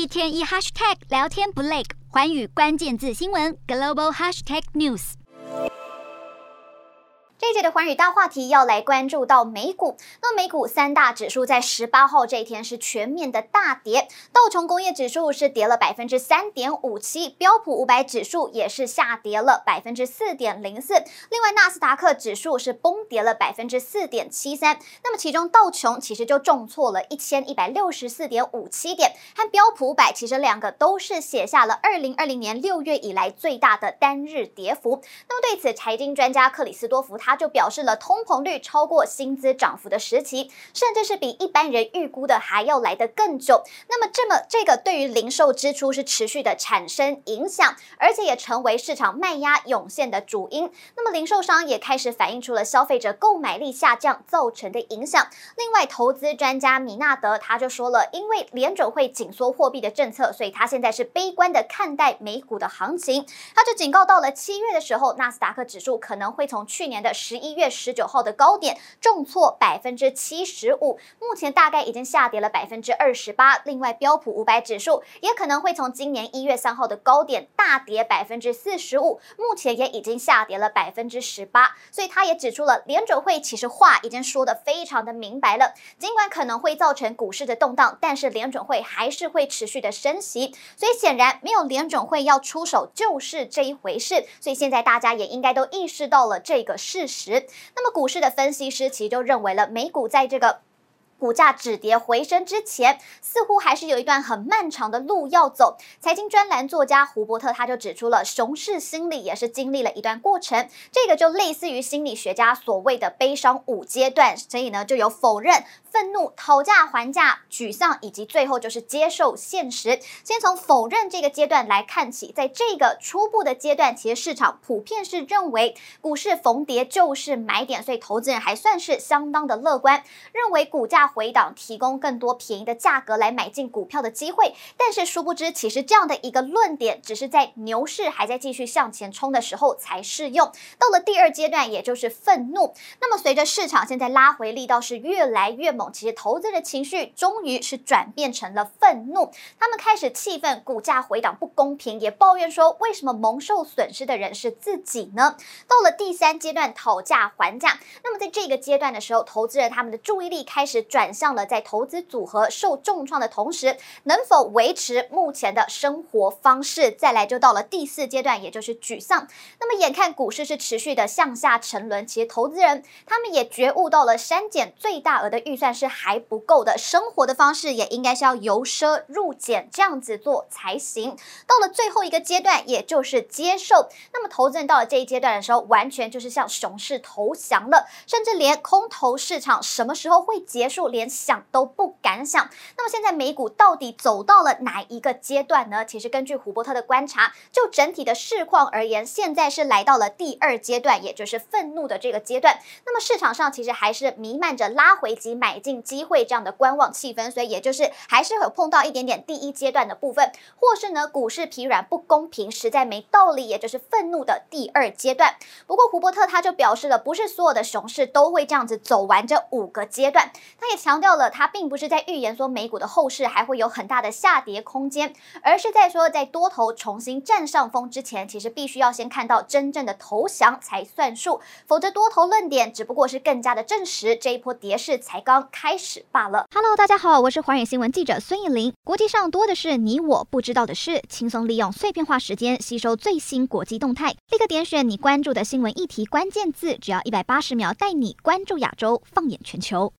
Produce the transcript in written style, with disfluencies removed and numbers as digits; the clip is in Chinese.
天一 hashtag 聊天不累，寰宇关键字新闻 global hashtag news。 这一节的寰宇大话题要来关注到美股，那美股三大指数在18号这一天是全面的大跌，道琼工业指数是跌了 3.57%， 标普500指数也是下跌了 4.04%， 另外纳斯达克指数是崩跌了 4.73%， 那么其中道琼其实就重挫了 1164.57 点，和标普500其实两个都是写下了2020年6月以来最大的单日跌幅。那么对此，财经专家克里斯多福他就表示了，通膨率超过薪资涨幅的时期，甚至是比一般人预估的还要来得更久。那么这个对于零售支出是持续的产生影响，而且也成为市场卖压涌现的主因。那么零售商也开始反映出了消费者购买力下降造成的影响。另外，投资专家米纳德他就说了，因为联准会紧缩货币的政策，所以他现在是悲观的看待美股的行情。他就警告到了7月的时候，纳斯达克指数可能会从去年的11月19号的高点重挫 75%， 目前大概已经下跌了 28%。 另外，标普500指数也可能会从今年1月3号的高点大跌 45%， 目前也已经下跌了 18%。 所以他也指出了，联准会其实话已经说得非常的明白了，尽管可能会造成股市的动荡，但是联准会还是会持续的升息，所以显然没有联准会要出手就是这一回事。所以现在大家也应该都意识到了这个事实。那么股市的分析师其实就认为了，美股在这个股价止跌回升之前，似乎还是有一段很漫长的路要走。财经专栏作家胡伯特他就指出了，熊市心理也是经历了一段过程，这个就类似于心理学家所谓的悲伤5阶段，所以呢就有否认、愤怒、讨价还价、沮丧，以及最后就是接受现实。先从否认这个阶段来看起，在这个初步的阶段，其实市场普遍是认为股市逢跌就是买点，所以投资人还算是相当的乐观，认为股价回档提供更多便宜的价格来买进股票的机会。但是殊不知，其实这样的一个论点只是在牛市还在继续向前冲的时候才适用。到了第2阶段，也就是愤怒，那么随着市场现在拉回力道是越来越猛，其实投资的情绪终于是转变成了愤怒，他们开始气愤股价回档不公平，也抱怨说为什么蒙受损失的人是自己呢？到了第3阶段，讨价还价，那么在这个阶段的时候，投资人他们的注意力开始转向了在投资组合受重创的同时，能否维持目前的生活方式。再来就到了第4阶段，也就是沮丧。那么眼看股市是持续的向下沉沦，其实投资人他们也觉悟到了删减最大额的预算是还不够的，生活的方式也应该是要由奢入俭，这样子做才行。到了最后一个阶段，也就是接受，那么投资人到了这一阶段的时候，完全就是向熊市投降了，甚至连空头市场什么时候会结束，连想都不敢想。那么现在美股到底走到了哪一个阶段呢？其实根据胡伯特的观察，就整体的市况而言，现在是来到了第2阶段，也就是愤怒的这个阶段。那么市场上其实还是弥漫着拉回及买进机会这样的观望气氛，所以也就是还是有碰到一点点第1阶段的部分，或是呢股市疲软不公平实在没道理，也就是愤怒的第2阶段。不过胡伯特他就表示了，不是所有的熊市都会这样子走完这5个阶段。他也强调了，他并不是在预言说美股的后市还会有很大的下跌空间，而是在说在多头重新占上风之前，其实必须要先看到真正的投降才算数，否则多头论点只不过是更加的证实这一波跌势才刚开始罢了。 Hello， 大家好，我是寰宇新闻记者孙艺玲。国际上多的是你我不知道的事，轻松利用碎片化时间吸收最新国际动态，立刻点选你关注的新闻议题关键字，只要180秒带你关注亚洲，放眼全球。